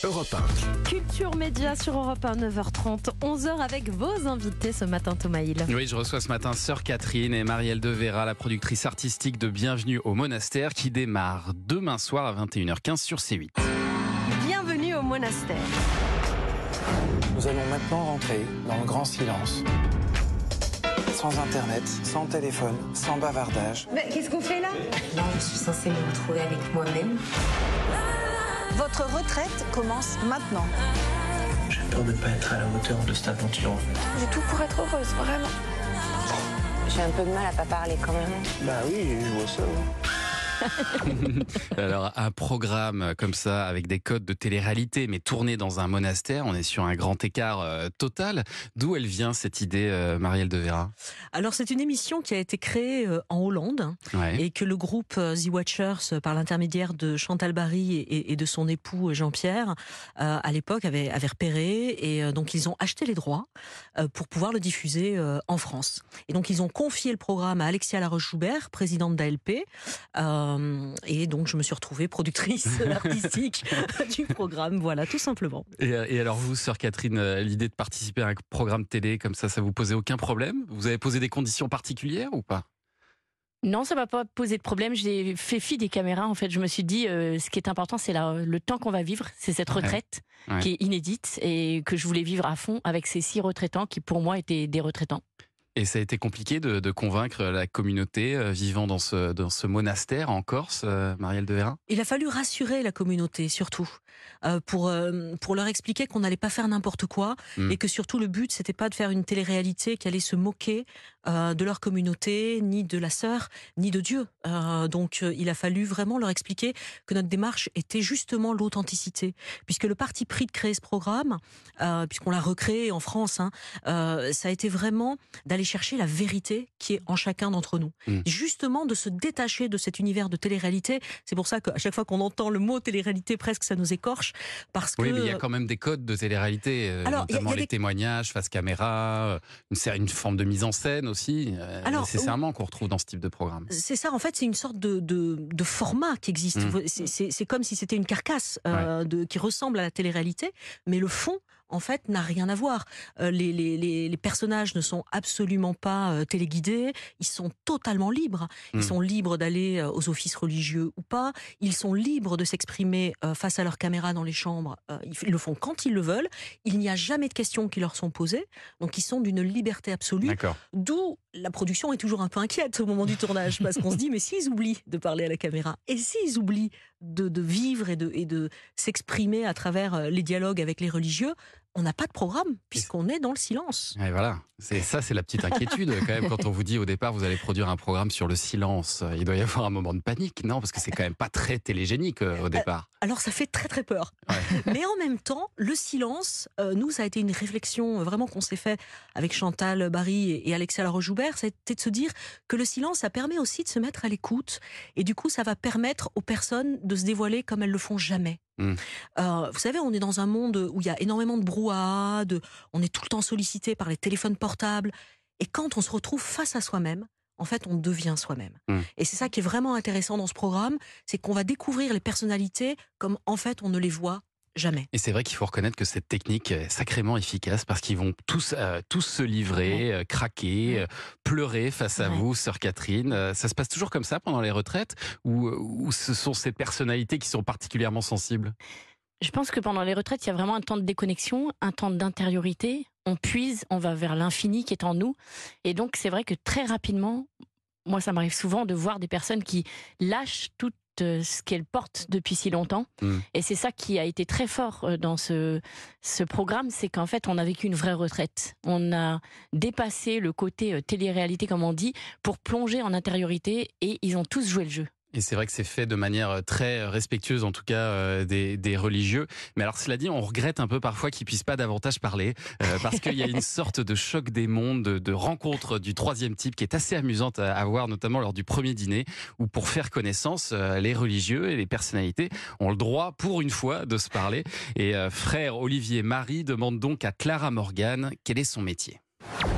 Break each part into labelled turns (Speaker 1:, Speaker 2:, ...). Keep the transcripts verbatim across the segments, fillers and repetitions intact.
Speaker 1: Europe un.
Speaker 2: Culture Média sur Europe un, neuf heures trente, onze heures avec vos invités ce matin, Thomas Hill.
Speaker 3: Oui, je reçois ce matin Sœur Catherine et Marielle de Vera, la productrice artistique de Bienvenue au Monastère, qui démarre demain soir à vingt et une heures quinze sur C huit.
Speaker 2: Bienvenue au Monastère.
Speaker 4: Nous allons maintenant rentrer dans le grand silence. Sans internet, sans téléphone, sans bavardage.
Speaker 5: Mais qu'est-ce qu'on fait là?
Speaker 6: Là, je suis censée me retrouver avec moi-même.
Speaker 5: Votre retraite commence maintenant.
Speaker 7: J'ai peur de ne pas être à la hauteur de cette aventure, en fait.
Speaker 5: J'ai tout pour être heureuse, vraiment.
Speaker 6: J'ai un peu de mal à pas parler quand même.
Speaker 7: Bah oui, je vois ça. Ouais.
Speaker 3: Alors, un programme comme ça, avec des codes de télé-réalité, mais tourné dans un monastère, on est sur un grand écart euh, total. D'où elle vient cette idée, euh, Marielle de Vera?
Speaker 2: Alors, c'est une émission qui a été créée euh, en Hollande, ouais. Et que le groupe euh, The Watchers, euh, par l'intermédiaire de Chantal Barry et, et de son époux euh, Jean-Pierre, euh, à l'époque avait, avait repéré, et euh, donc ils ont acheté les droits euh, pour pouvoir le diffuser euh, en France. Et donc ils ont confié le programme à Alexia Laroche-Joubert, présidente d'A L P, euh, et donc je me suis retrouvée productrice artistique du programme, voilà, tout simplement.
Speaker 3: Et, et alors vous, Sœur Catherine, l'idée de participer à un programme télé comme ça, ça vous posait aucun problème? Vous avez posé des conditions particulières ou pas?
Speaker 8: Non, ça m'a pas posé de problème. J'ai fait fi des caméras. En fait, je me suis dit, euh, ce qui est important, c'est la, le temps qu'on va vivre, c'est cette retraite ouais. Ouais. qui est inédite et que je voulais vivre à fond avec ces six retraitants qui, pour moi, étaient des retraitants.
Speaker 3: Et ça a été compliqué de, de convaincre la communauté euh, vivant dans ce, dans ce monastère en Corse, euh, Marielle de Vera?
Speaker 2: Il a fallu rassurer la communauté, surtout, euh, pour, euh, pour leur expliquer qu'on n'allait pas faire n'importe quoi mmh. et que surtout le but, c'était pas de faire une télé-réalité qui allait se moquer euh, de leur communauté, ni de la sœur, ni de Dieu. Euh, donc, euh, il a fallu vraiment leur expliquer que notre démarche était justement l'authenticité. Puisque le parti pris de créer ce programme, euh, puisqu'on l'a recréé en France, hein, euh, ça a été vraiment d'aller chercher la vérité qui est en chacun d'entre nous. Mmh. Justement, de se détacher de cet univers de télé-réalité. C'est pour ça qu'à chaque fois qu'on entend le mot télé-réalité, presque ça nous écorche. Parce que...
Speaker 3: Oui, mais il y a quand même des codes de télé-réalité, Alors, notamment y a, y a les des... témoignages face caméra, une, une forme de mise en scène aussi, Alors, nécessairement oui, qu'on retrouve dans ce type de programme.
Speaker 2: C'est ça, en fait, c'est une sorte de, de, de format qui existe. Mmh. C'est, c'est, c'est comme si c'était une carcasse euh, ouais. de, qui ressemble à la télé-réalité, mais le fond, en fait, n'a rien à voir. Euh, les, les, les, les personnages ne sont absolument pas euh, téléguidés, ils sont totalement libres. Ils mmh. sont libres d'aller euh, aux offices religieux ou pas, ils sont libres de s'exprimer euh, face à leur caméra dans les chambres, euh, ils le font quand ils le veulent, il n'y a jamais de questions qui leur sont posées, donc ils sont d'une liberté absolue, D'accord. D'où la production est toujours un peu inquiète au moment du tournage, parce qu'on se dit, mais s'ils oublient de parler à la caméra, et s'ils oublient de, de vivre et de, et de s'exprimer à travers les dialogues avec les religieux, on n'a pas de programme, puisqu'on est dans le silence.
Speaker 3: Et voilà, c'est, ça c'est la petite inquiétude quand même, quand on vous dit au départ vous allez produire un programme sur le silence. Il doit y avoir un moment de panique, non? Parce que c'est quand même pas très télégénique euh, au départ.
Speaker 2: Alors ça fait très très peur. Ouais. Mais en même temps, le silence, euh, nous ça a été une réflexion vraiment qu'on s'est fait avec Chantal Barry et, et Alexia Laroche-Joubert, ça a été de se dire que le silence, ça permet aussi de se mettre à l'écoute. Et du coup, ça va permettre aux personnes de se dévoiler comme elles le font jamais. Mmh. Euh, vous savez, on est dans un monde où il y a énormément de brouhaha, de, on est tout le temps sollicité par les téléphones portables. Et quand on se retrouve face à soi-même, en fait, on devient soi-même. Mmh. Et c'est ça qui est vraiment intéressant dans ce programme, c'est qu'on va découvrir les personnalités comme, en fait, on ne les voit jamais.
Speaker 3: Et c'est vrai qu'il faut reconnaître que cette technique est sacrément efficace parce qu'ils vont tous, euh, tous se livrer, ouais. euh, craquer, euh, pleurer face à ouais. vous, Sœur Catherine. Euh, ça se passe toujours comme ça pendant les retraites ou, ou ce sont ces personnalités qui sont particulièrement sensibles?
Speaker 8: Je pense que pendant les retraites, il y a vraiment un temps de déconnexion, un temps d'intériorité. On puise, on va vers l'infini qui est en nous. Et donc, c'est vrai que très rapidement, moi, ça m'arrive souvent de voir des personnes qui lâchent toute ce qu'elle porte depuis si longtemps. Mmh. Et c'est ça qui a été très fort dans ce, ce programme, c'est qu'en fait, on a vécu une vraie retraite. On a dépassé le côté télé-réalité, comme on dit, pour plonger en intériorité et ils ont tous joué le jeu.
Speaker 3: Et c'est vrai que c'est fait de manière très respectueuse, en tout cas, euh, des, des religieux. Mais alors, cela dit, on regrette un peu parfois qu'ils puissent pas davantage parler, euh, parce qu'il y a une sorte de choc des mondes, de, de rencontre du troisième type qui est assez amusante à, à voir, notamment lors du premier dîner, où pour faire connaissance, euh, les religieux et les personnalités ont le droit, pour une fois, de se parler. Et euh, frère Olivier Marie demande donc à Clara Morgan quel est son métier.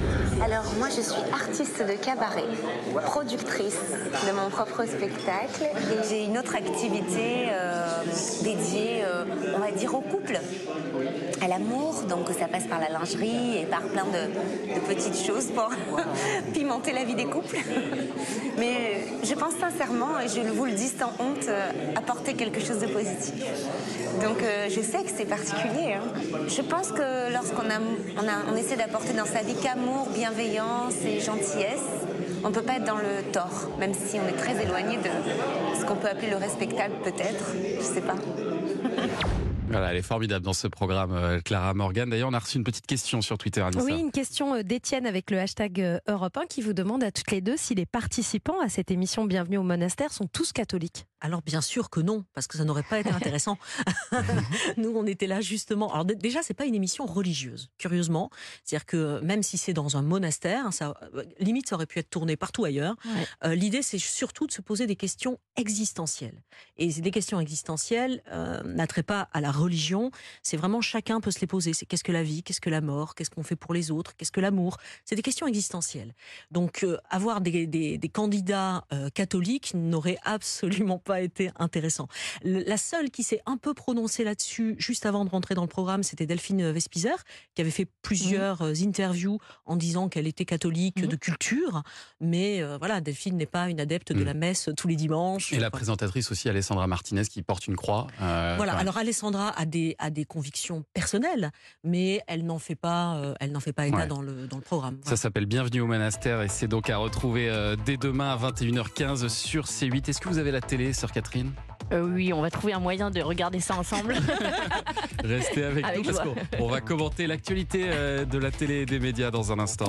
Speaker 6: Alors moi je suis artiste de cabaret, productrice de mon propre spectacle et j'ai une autre activité euh, dédiée, euh, on va dire, au couple, à l'amour. Donc ça passe par la lingerie et par plein de, de petites choses pour pimenter la vie des couples. Mais je pense sincèrement, et je vous le dis sans honte, euh, apporter quelque chose de positif. Donc euh, je sais que c'est particulier. Hein. Je pense que lorsqu'on a, on a, on essaie d'apporter dans sa vie qu'amour, bienveillance et gentillesse, on ne peut pas être dans le tort, même si on est très éloigné de ce qu'on peut appeler le respectable peut-être, je sais pas.
Speaker 3: Voilà, elle est formidable dans ce programme, euh, Clara Morgan. D'ailleurs, on a reçu une petite question sur Twitter, Anissa.
Speaker 1: Oui, une question d'Étienne avec le hashtag Europe un qui vous demande à toutes les deux si les participants à cette émission Bienvenue au monastère sont tous catholiques.
Speaker 2: Alors bien sûr que non, parce que ça n'aurait pas été intéressant. Nous, on était là justement. Alors d- déjà, c'est pas une émission religieuse, curieusement. C'est-à-dire que même si c'est dans un monastère, ça, limite, ça aurait pu être tourné partout ailleurs.
Speaker 1: Ouais.
Speaker 2: Euh, l'idée, c'est surtout de se poser des questions existentielles. Et des questions existentielles euh, n'attraient pas à la religion. C'est vraiment chacun peut se les poser. C'est qu'est-ce que la vie, qu'est-ce que la mort, qu'est-ce qu'on fait pour les autres, qu'est-ce que l'amour. C'est des questions existentielles. Donc, euh, avoir des, des, des candidats euh, catholiques n'aurait absolument pas été intéressant. Le, la seule qui s'est un peu prononcée là-dessus juste avant de rentrer dans le programme, c'était Delphine Vespizer, qui avait fait plusieurs mmh. interviews en disant qu'elle était catholique mmh. de culture, mais euh, voilà, Delphine n'est pas une adepte mmh. de la messe tous les dimanches.
Speaker 3: Et la présentatrice aussi, Alessandra Martinez, qui porte une croix. Euh,
Speaker 2: voilà,
Speaker 3: enfin...
Speaker 2: alors Alessandra a des, a des convictions personnelles, mais elle n'en fait pas, euh, elle n'en fait pas état ouais. dans, le, dans le programme. Voilà.
Speaker 3: Ça s'appelle Bienvenue au monastère et c'est donc à retrouver euh, dès demain à vingt et une heures quinze sur C huit. Est-ce que vous avez la télé, sœur Catherine ?
Speaker 8: Euh, oui, on va trouver un moyen de regarder ça ensemble.
Speaker 3: Restez avec, avec nous
Speaker 8: joie.
Speaker 3: parce qu'on on va commenter l'actualité euh, de la télé et des médias dans un instant.